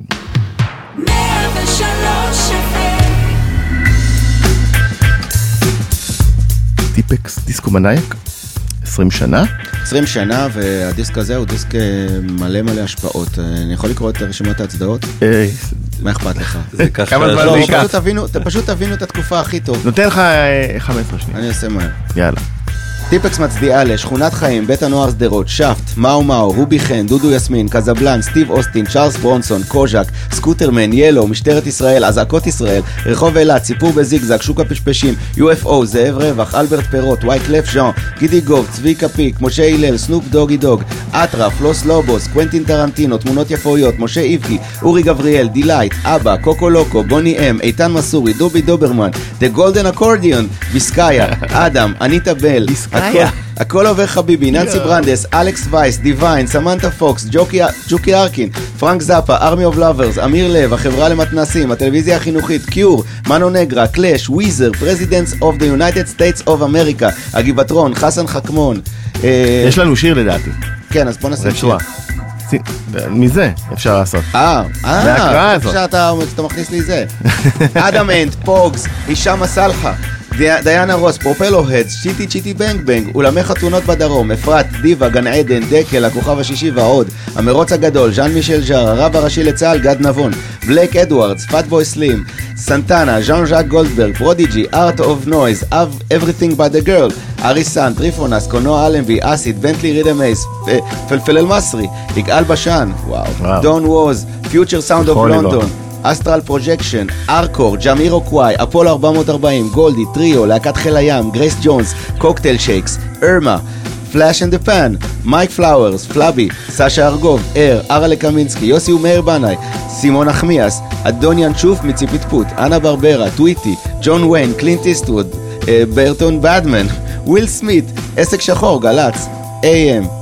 S4: טיפקס, דיסקו מניאק, עשרים שנה.
S6: עשרים שנה, והדיסק הזה הוא דיסק מלא מלא השפעות. אני יכול לקרוא את רשימת ההצדעות? מה אכפת לך?
S4: כמה זמן זה ייקח?
S6: פשוט תבינו את התקופה הכי טוב.
S4: נותן לך חמש עשרה שניות.
S6: אני אעשה מהר.
S4: יאללה.
S6: טיפקס מצדיעה לשכונת חיים, בית הנוער שדרות, שפט, מאו מאו, רובי חן, דודו יסמין, קזבלן, סטיב אוסטין, צ'ארלס ברונסון, קוז'ק, סקוטרמן, ילו, משטרת ישראל, אזעקות ישראל, רחוב אילת, סיפור בזיגזג, שוק הפשפשים, יו אף או, זאב רווח, אלברט פירוט, וייקלף ז'אן, גידי גוב, צביקה פיק, משה הלל, סנופ דוגי דוג, אטרף, לוס לובוס, קוונטין טרנטינו, תמונות יפויות, משה איבקי, אורי גבריאל, דילייט, אבא, קוקו לוקו, בוני אם, איתן מסורי, דובי דוברמן, The Golden Accordion, ביסקאיה, אדם, אניטה בל, הכל עובר חביבי, ננסי ברנדס, אלכס וייס, דיוויין, סמנטה פוקס, ג'וקי ארקין, פרנק זאפה, ארמי אוף לאברס, אמיר לב, החברה למתנסים, הטלוויזיה החינוכית, קיור, מנו נגרה, קלאש, וויזר, פרזידנטס אוף דה יונייטד סטייטס אוף אמריקה, הגיבטרון, חסן חכמון.
S4: יש לנו שיר לדעתי.
S6: כן, אז בוא נשים
S4: רצועה. מזה אפשר לעשות.
S6: אה, אה,
S4: מהקראה הזאת.
S6: שאתה מכניס לי זה. אדם אנד, פוגס, הישאם מסלחה, דיאנה רוס, פרופלו הדס, צ'יטי צ'יטי בנג בנג, אולמי חתונות בדרום, אפרת, דיבה, גן עדן, דקל, הכוכב השישי ועוד, המרוץ הגדול, ז'אן מישל ז'אר, הרב הראשי לצה"ל, גד נבון, בלק אדוארדס, פאטבוי סלים, סנטנה, ז'אן ז'אק גולדברג, פרודיג'י, ארט אוף נויז, Everything but the girl, אריסן, טריפונס, קולנוע אלנבי, אסיד, בנטלי רידם אייס, פלפל אל מסרי, יגאל בשן, וואו, דון ווז, פיוטר סאונד אוף לונדון, אסטרל פרוג'קשן, ארקור, ג'אמירו קוואי, אפולו ארבע מאות וארבעים, גולדי, טריו, להקת חיל הים, גרייס ג'ונס, קוקטייל שייקס, ארמה, פלאש אנד דה פן, מייק פלאוורס, פלאבי, סשה ארגוב, אר, ארלה קמינסקי, יוסי ומאיר בנאי, סימון אחמיאס, אדון ינשוף מציפית-פוט, אנה ברברה, טוויטי, ג'ון ויין, קלינט איסטווד, ברטון בדמן, וויל סמית, עסק שחור, גלץ, איי אם,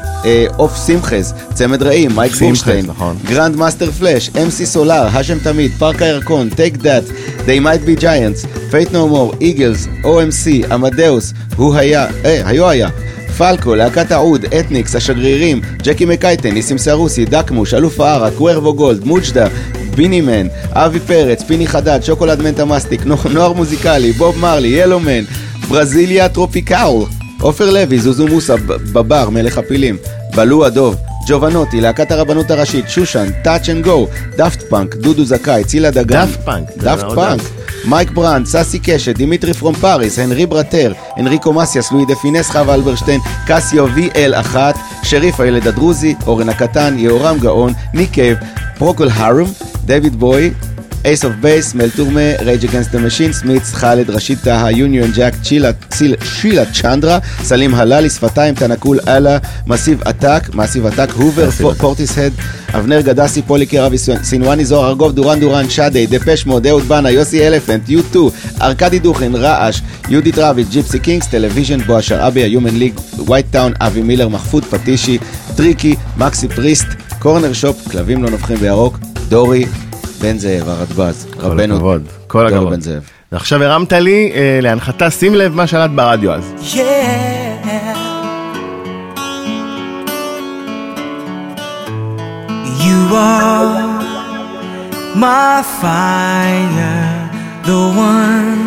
S6: אוף שמחז, צמד רעים, מייק בורשטיין, גרנד מאסטר פלאש, אם סי סולר, השם תמיד, פארק הירקון, טייק דאט, They Might Be Giants, Fate No More, איגלס, או אם סי, אמדאוס, הוא היה, אה, היו היה, פלקו, להקת העוד, אתניקס, השגרירים, ג'קי מקייטן, ניסים סרוסי, דקמוש, אלוף הערה, קוורבו גולד, מוג'דה, בינימן, אבי פרץ, פיני חדד, שוקולד מנטה מסטיק, נוער מוזיקלי, בוב מרלי, ילומן, ברזיליה טרופיקאל, עופר לוי, זוזו מוסה, בבר, מלך הפילים, בלו הדוב, ג'ובנוטי, להקת הרבנות הראשית, שושן, טאץ' אנד גו, דאפט פאנק, דודו זכאי, צילה דגן,
S4: דאפט פאנק,
S6: דאפט פאנק, מייק ברנד, ססי קשת, דימיטרי פרום פאריס, הנרי ברטר, הנריקו מסיאס, לואי דפינס, חווה אלברשטיין, קסיו וי אל אחת, שריף הילד הדרוזי, אורן הקטן, יהורם גאון, ניקייב, פרוקול הרום, דיוויד בוי, אייס אוף בייס, מל טורמה, רייג' אגנסט דה משין, סמיץ, חלד, ראשית טהה, יוניון ג'אק, שילה צ'נדרה, סלים הללי, שפתיים, תנקול אללה, מסיב עתק, מסיב עתק, הובר, פורטיס הד, אבנר גדסי, פוליקר, אבי סינואני, זוהר ארגוב, דורן דורן, שדי, דפש מוד, אהוד בנה, יוסי אלפנט, יו טו, ארקדי דוכן, רעש, יהודית רביץ, ג'יפסי קינגס, טלוויז'ן, בו אשר אבי, היומן ליג, ווייט טאון, אבי מילר, מחפות, פטישי, טריקי, מקסי פריסט, קורנר שופ, כלבים לא נובחים בירוק, דורי, בן זאב, הרדב"ז, רבנו,
S4: הכבוד, כל הכבוד.
S6: בן זאב.
S4: ועכשיו הרמת לי אה, להנחתה, שים לב מה שלט ברדיו אז.
S5: Yeah. You are my fire, the one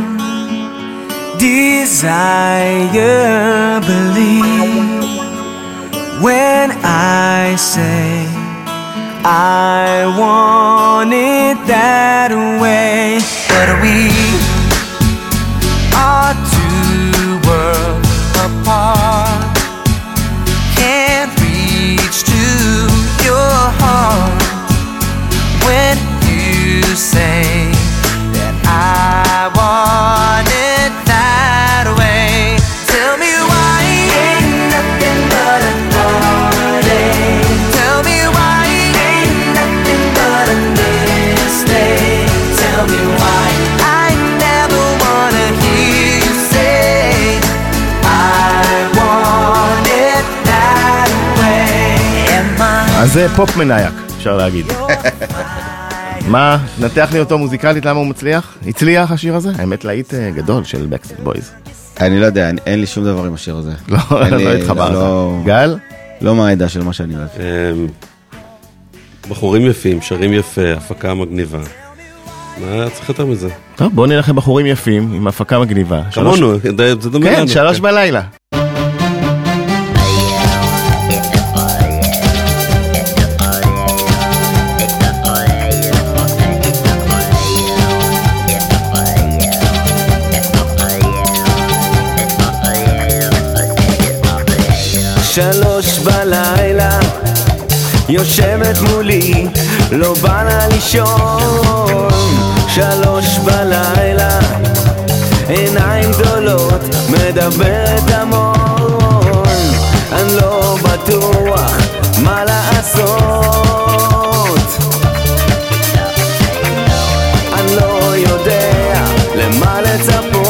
S5: desire, believe when I say I want it that way. But we are two worlds apart, can't reach to your heart when you say that I want it that way. Tell me why ain't nothing but a heartache. Tell me why ain't nothing but a mistake. Tell me why I never wanna hear you say I want it that way. Am I?
S4: אז זה פופ מנייק, אפשר להגיד. מה, נתח לי אותו מוזיקלית, למה הוא מצליח? הצליח השיר הזה? האמת להיט גדול של Backstreet Boys.
S6: אני לא יודע, אין לי שום דבר עם השיר הזה.
S4: לא, לא התחברת. גל?
S6: לא מהעדה של מה שאני אוהב.
S7: בחורים יפים, שרים יפה, הפקה מגניבה. מה צריך יותר מזה?
S4: טוב, בואו נלך לבחורים יפים עם הפקה מגניבה.
S7: כמונו, זה דומה לנו.
S4: כן, שלוש בלילה.
S5: שלוש בלילה יושבת מולי, לא בא לה לישון. שלוש בלילה עיניים גדולות, מדברת המון. אני לא בטוח מה לעשות, אני לא יודע למה לצפות.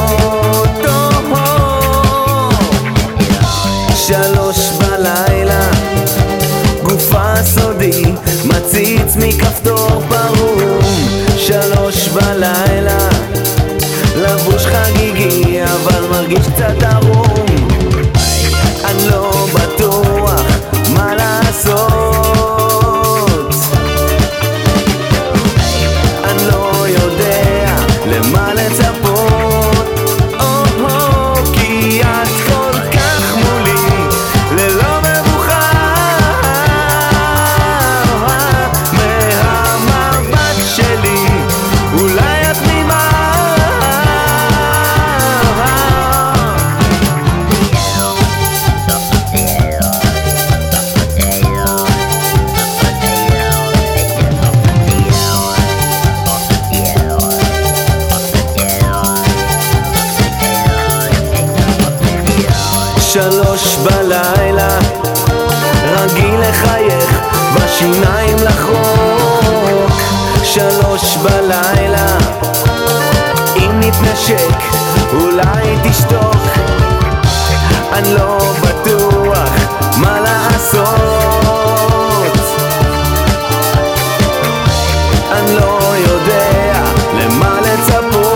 S5: שלוש בלילה גופה סודי מציץ מכפתור פרום. שלוש בלילה לבוש חגיגי אבל מרגיש קצת ערום. אני לא בטוח רגיל לחייך, בשיניים לחרוק. שלוש בלילה, אם נתנשק, אולי תשתוק. אני לא בטוח מה לעשות, אני לא יודע למה לצפות.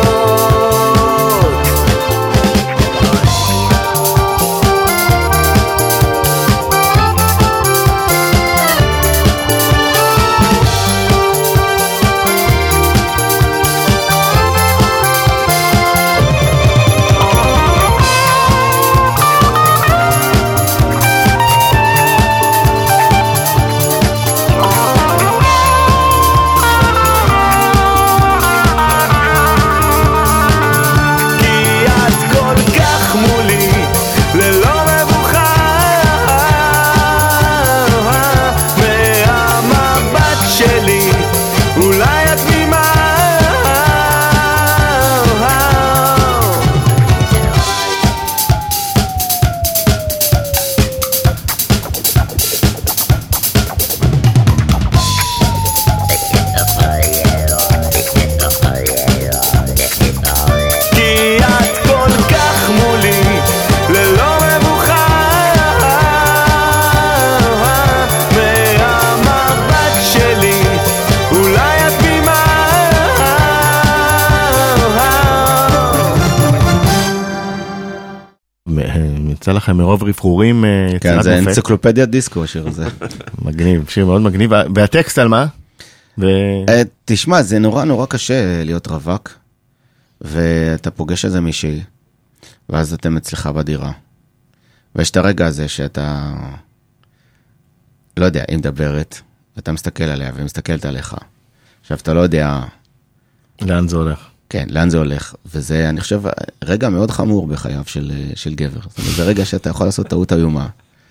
S4: יצא לכם מרוב רפרורים.
S6: כן, זה אנציקלופדיית דיסקו, השיר הזה.
S4: מגניב, שיר מאוד מגניב. והטקסט על מה?
S6: תשמע, זה נורא נורא קשה להיות רווק, ואתה פוגש איזה מישהי, ואז אתם אצלך בדירה. ויש את הרגע הזה שאתה, לא יודע, היא מדברת, ואתה מסתכל עליה, והיא מסתכלת עליך. עכשיו, אתה לא יודע...
S4: לאן זה הולך?
S6: כן, לאן זה הולך, וזה, אני חושב, רגע מאוד חמור בחייו של, של גבר. זאת אומרת, זה רגע שאתה יכול לעשות טעות איומה,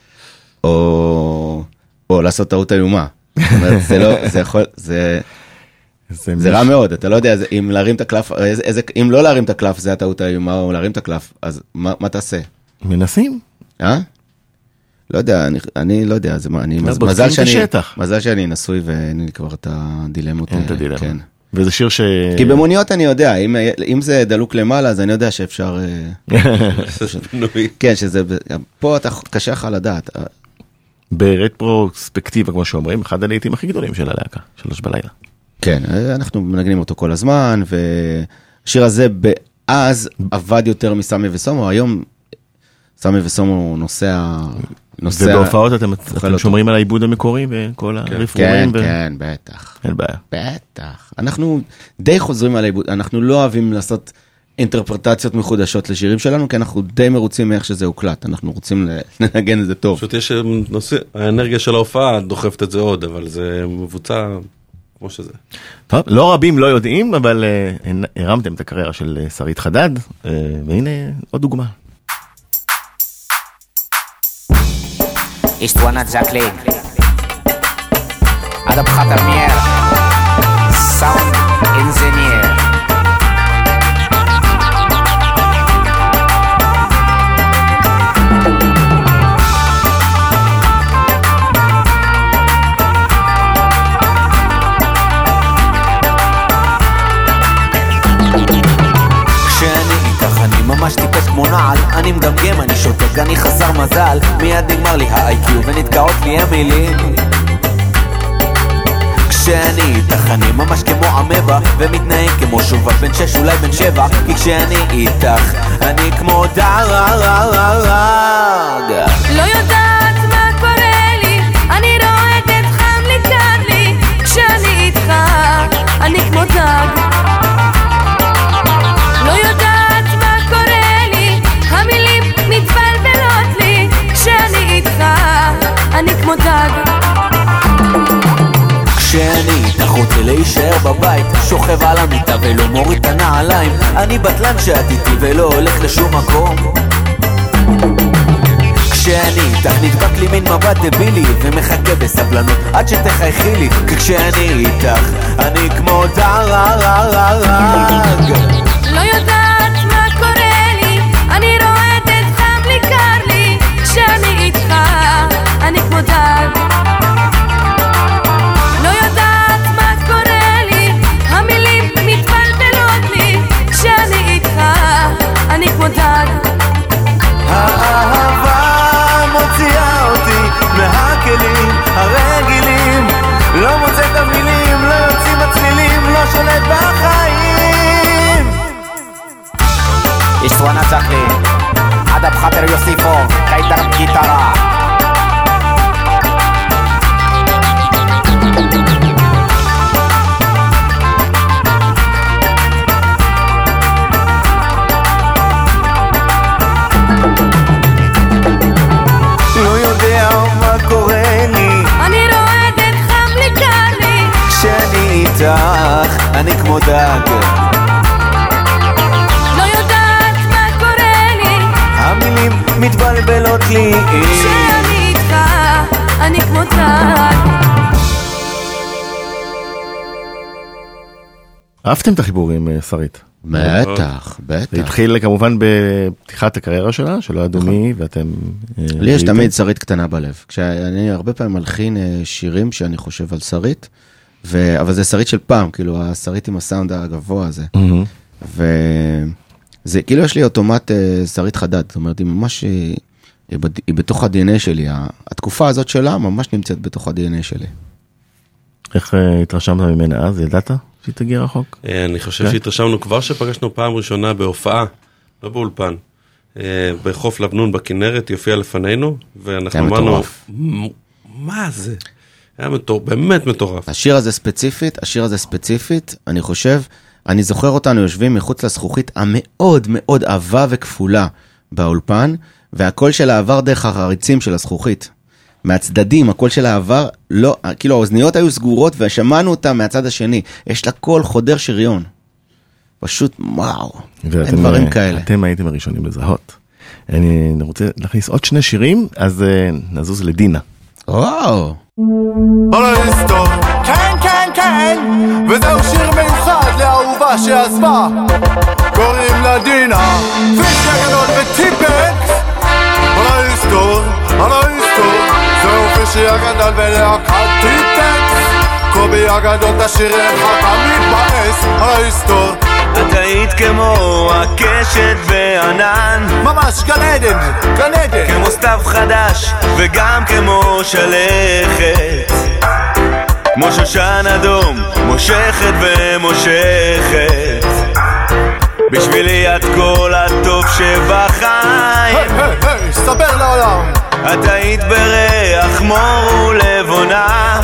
S6: או, או לעשות טעות איומה. זאת אומרת, זה לא, זה יכול, זה, זה, זה רע מאוד, אתה לא יודע, זה, אם להרים את הקלף, איזה, איזה, אם לא להרים את הקלף, זה הטעות האיומה, או להרים את הקלף, אז מה, מה תעשה?
S4: מנסים.
S6: אה? לא יודע, אני, אני לא יודע, זה, אני, מזל שאני, מזל שאני נשוי, ואין לי כבר את הדילמות.
S4: אין את הדילמות. כן. וזה שיר ש...
S6: כי במוניות אני יודע, אם, אם זה דלוק למעלה, אז אני יודע שאפשר... כן, שזה... פה אתה קשה לך לדעת.
S4: ברטרוספקטיבה, כמו שאומרים, אחד הלהיטים הכי גדולים של הלהקה, שלוש בלילה.
S6: כן, אנחנו מנגנים אותו כל הזמן, והשיר הזה באז עבד יותר מסמי וסומו, היום סמי וסומו נוסע...
S4: ובהופעות אתם שומרים על העיבוד המקורי וכל הרפרורים?
S6: כן, כן, בטח.
S4: אין בעיה.
S6: בטח. אנחנו די חוזרים על העיבוד, אנחנו לא אוהבים לעשות אינטרפרטציות מחודשות לשירים שלנו, כי אנחנו די מרוצים מאיך שזה הוקלט, אנחנו רוצים לנגן את זה טוב.
S7: פשוט יש נושא, האנרגיה של ההופעה דוחפת את זה עוד, אבל זה מבוצע כמו שזה.
S4: טוב, לא רבים לא יודעים, אבל הרמתם את הקריירה של שרית חדד, והנה עוד דוגמה.
S12: Istwana Jacqueline Adam Khatarmier Sound Engineer
S5: ממש טיפש כמו נעל, אני מגמגם, אני שותק, אני חסר מזל, מיד נגמר לי ה-איי קיו ונתקעות לי המילים. כשאני איתך אני ממש כמו עמבה, ומתנהג כמו שובה בן שש אולי בן שבע, כי כשאני איתך אני כמו דרג.
S2: לא יודעת מה קורה לי, אני רועדת חם לי קר לי, כשאני איתך אני כמו דג. לא יודעת מתבלבלות לי, כשאני איתך אני כמו דג.
S5: כשאני איתך רוצה להישאר בבית, שוכב על המיטה ולא מוריד את הנעליים, אני בטלן שאת איתי ולא הולך לשום מקום. כשאני איתך נדבק לי מין מבט דבילי, ומחכה בסבלנות עד שתחייכי לי, כי כשאני איתך אני כמו דרג.
S2: לא יודעת מה קורה לי, אני רועדת חם לי קר לי, כשאני איתך אני כמו דג.
S6: כמותה, כן.
S2: לא יודעת מה קורה לי,
S6: המילים מתבלבלות לי.
S2: כשאני איתך, אני כמותה.
S4: אהבתם את החיבורים, שרית?
S6: בטח, בטח.
S4: זה התחיל כמובן בפתיחת הקריירה שלה, שלא ידעו מי, ואתם...
S6: לי יש תמיד שרית קטנה בלב. כשאני הרבה פעמים מלחין שירים שאני חושב על שרית, אבל זה שרית של פעם, כאילו, השרית עם הסאונד הגבוה הזה. וזה, כאילו יש לי אוטומט שרית חדד, זאת אומרת, היא ממש, היא בתוך ה-די אן איי שלי. התקופה הזאת שלה ממש נמצאת בתוך ה-די אן איי שלי.
S4: איך התרשמת ממנה אז? ידעת שהיא תגיע רחוק?
S7: אני חושב שהתרשמנו כבר שפגשנו פעם ראשונה בהופעה, לא באולפן, בחוף לבנון בכנרת, יופיע לפנינו, ואנחנו אמרנו, מה זה? היה באמת מטורף.
S6: השיר הזה ספציפית, השיר הזה ספציפית, אני חושב, אני זוכר אותנו יושבים מחוץ לזכוכית המאוד מאוד עבה וכפולה באולפן, והקול שלה עבר דרך החריצים של הזכוכית. מהצדדים, הקול שלה עבר, לא, כאילו האוזניות היו סגורות ושמענו אותה מהצד השני. יש לה קול חודר שריון. פשוט, וואו, אין דברים כאלה.
S4: אתם הייתם הראשונים לזהות. אני רוצה להכניס עוד שני שירים, אז נזוז לדינה.
S6: וואו.
S13: הלויסטור, כן, כן, כן, וזהו שיר מיוחד לאהובה שעזבה. קוראים לה דינה, פיש הגדול וטיפקס. הלויסטור, הלויסטור, זהו פישי הגדול ולהקת טיפקס. קובי הגדול תשאיר לך תמיד באס. הלויסטור,
S5: את היית כמו הקשת בענן,
S13: ממש גן עדן, גן עדן,
S5: כמו סתיו חדש וגם כמו שלכת, כמו שושן אדום מושכת ומושכת. בשבילי את כל הטוב שבחיים.
S13: היי היי היי, סבר לעולם.
S5: את היית בריח מור ולבונה,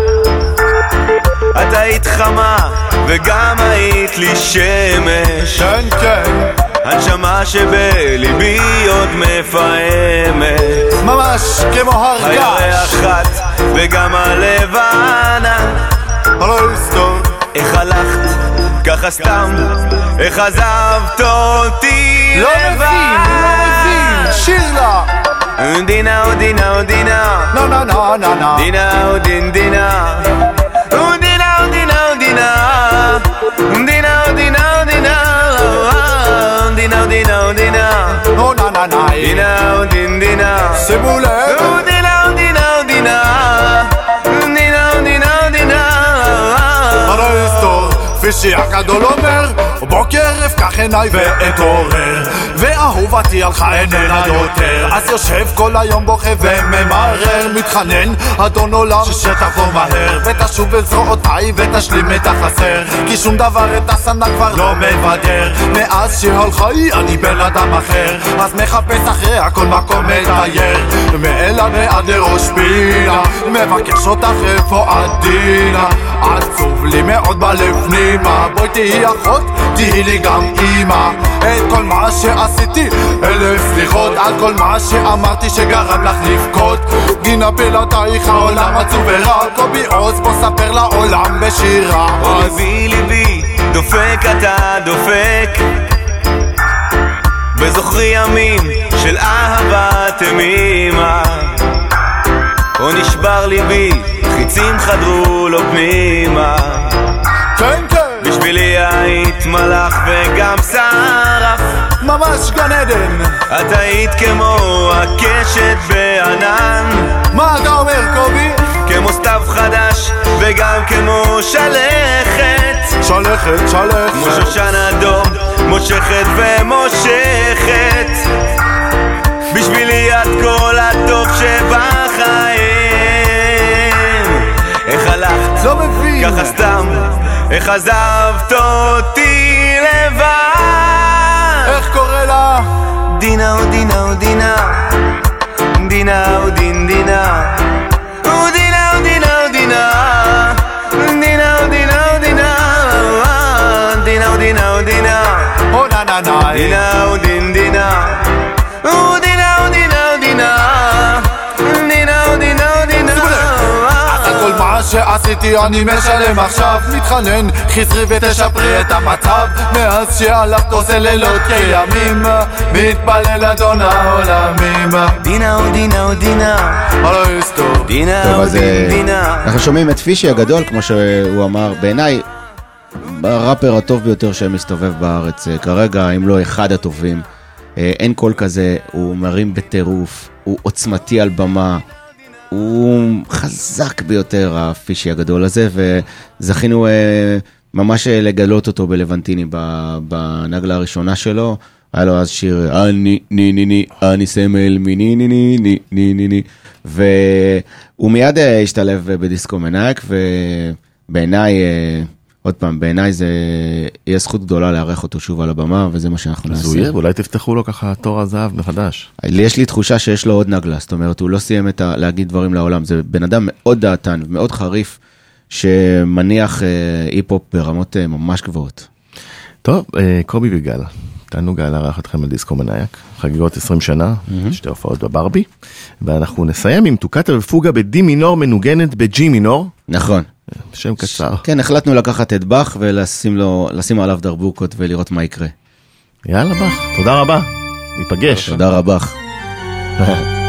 S5: את היית חמה וגם היית לי שמש.
S13: כן כן,
S5: הנשמה שבליבי עוד מפעמת,
S13: ממש כמו הרגש,
S5: הירחת וגם הלבנה.
S13: הלויסטור,
S5: איך הלכת ככה סתם, איך עזבת אותי
S13: לא
S5: לבד.
S13: מבין, לא מבין, שיר לה.
S5: דינה או דינה או דינה,
S13: נה נה נה נה נה,
S5: דינה או דין דינה, דינה או דינה או דינה, דינה או דינה או דינה, דינה או דינה או דינה,
S13: נו נה נה נה,
S5: דינה או דין דינה,
S13: שימו לב,
S5: דינה או דינה או דינה, דינה או דינה או דינה.
S13: הלויסטור, פישי הגדול אומר, בוקר אפקח עיניי ואתעורר, ואהובתי הלכה איננה יותר. אז יושב כל היום בוכה וממרר, מתחנן אדון עולם שתבוא מהר ותשוב אל זרועותיי ותשלים את החסר, כי שום דבר את הסנה כבר לא מבדר. מאז שהלכה היא אני בן אדם אחר, אז מחפש אחרי הכל מקום מטייר, מאלה ועד לראש פינה, מבקש אותך איפה עדינה. עצוב לי מאוד בלב פנימה, בואי תהי אחות, תהי לי גם אמא. את כל מה שעשיתי, אלף סליחות, על כל מה שאמרתי שגרם לך לבכות. גינה בלעדייך העולם עצוב ורע, קובי עוז בוא ספר לעולם בשירה.
S5: ליבי ליבי דופק אתה דופק, וזוכרי ימים של אהבת אמימה. או נשבר ליבי, חיצים חדרו לו פנימה.
S13: כן כן,
S5: בשבילי היית מלאך וגם שרף,
S13: ממש גן עדן.
S5: את היית כמו הקשת בענן.
S13: מה אתה אומר קובי?
S5: כמו סתיו חדש וגם כמו שלכת,
S13: שלכת, שלכת,
S5: כמו שושן אדום מושכת ומושכת. בשבילי את כל הטוב שבחיים. איך הלכת
S13: לא מבין,
S5: ככה סתם, איך עזבת אותי לבד.
S13: איך קורא לה?
S5: דינה או דינה או דינה, דינה או דין דינה, דינה או דינה או דינה, דינה או דינה או דינה, דינה או דינה או דינה,
S13: או נה נה נה,
S5: דינה או דין דינה, דינה או דינה או דינה, דינה או דינה או דינה.
S13: אז על כל מה מה שעשיתי אני משלם עכשיו, מתחנן, חזרי ותשפרי את המצב, מאז שהלכת עושה לילות כימים, מתפלל אדון העולמים.
S14: דינה או דינה או דינה,
S13: אלוהיסטו,
S14: דינה או דינה.
S6: אנחנו שומעים את פישי הגדול, כמו שהוא אמר, בעיניי הראפר הטוב ביותר שמסתובב בארץ כרגע, אם לא אחד הטובים. אין קול כזה, הוא מרים בטירוף, הוא עוצמתי על במה, הוא חזק ביותר הפישי הגדול הזה, וזכינו ממש לגלות אותו בלבנטיני בנגלה הראשונה שלו. היה לו אז שיר אני ני ני ני אני סמל מיני ני ני ני ני ני ני, והוא מיד השתלב בדיסקו מנאייק, ובעיניי עוד פעם, בעיניי זה יהיה זכות גדולה לארח אותו שוב על הבמה, וזה מה שאנחנו נעשה.
S4: אז הוא יהיה, אולי תפתחו לו ככה תור הזהב מחדש.
S6: יש לי תחושה שיש לו עוד נגלה, זאת אומרת, הוא לא סיים את ה... להגיד דברים לעולם, זה בן אדם מאוד דעתן ומאוד חריף, שמניח היפ-הופ ברמות ממש גבוהות.
S4: טוב, קובי ויגאל, תענוג לארח אתכם על דיסקו מנאייק, חגיגות עשרים שנה, שתי הופעות בברבי, ואנחנו נסיים עם טוקטה ופוגה בדי מינור מנוגנת בג'י מינור.
S6: נכון.
S4: שם קצר.
S6: כן, החלטנו לקחת את בח ולשים לו, לשים עליו דרבוקות ולראות מה יקרה.
S4: יאללה בח, תודה רבה, ניפגש.
S6: תודה רבה.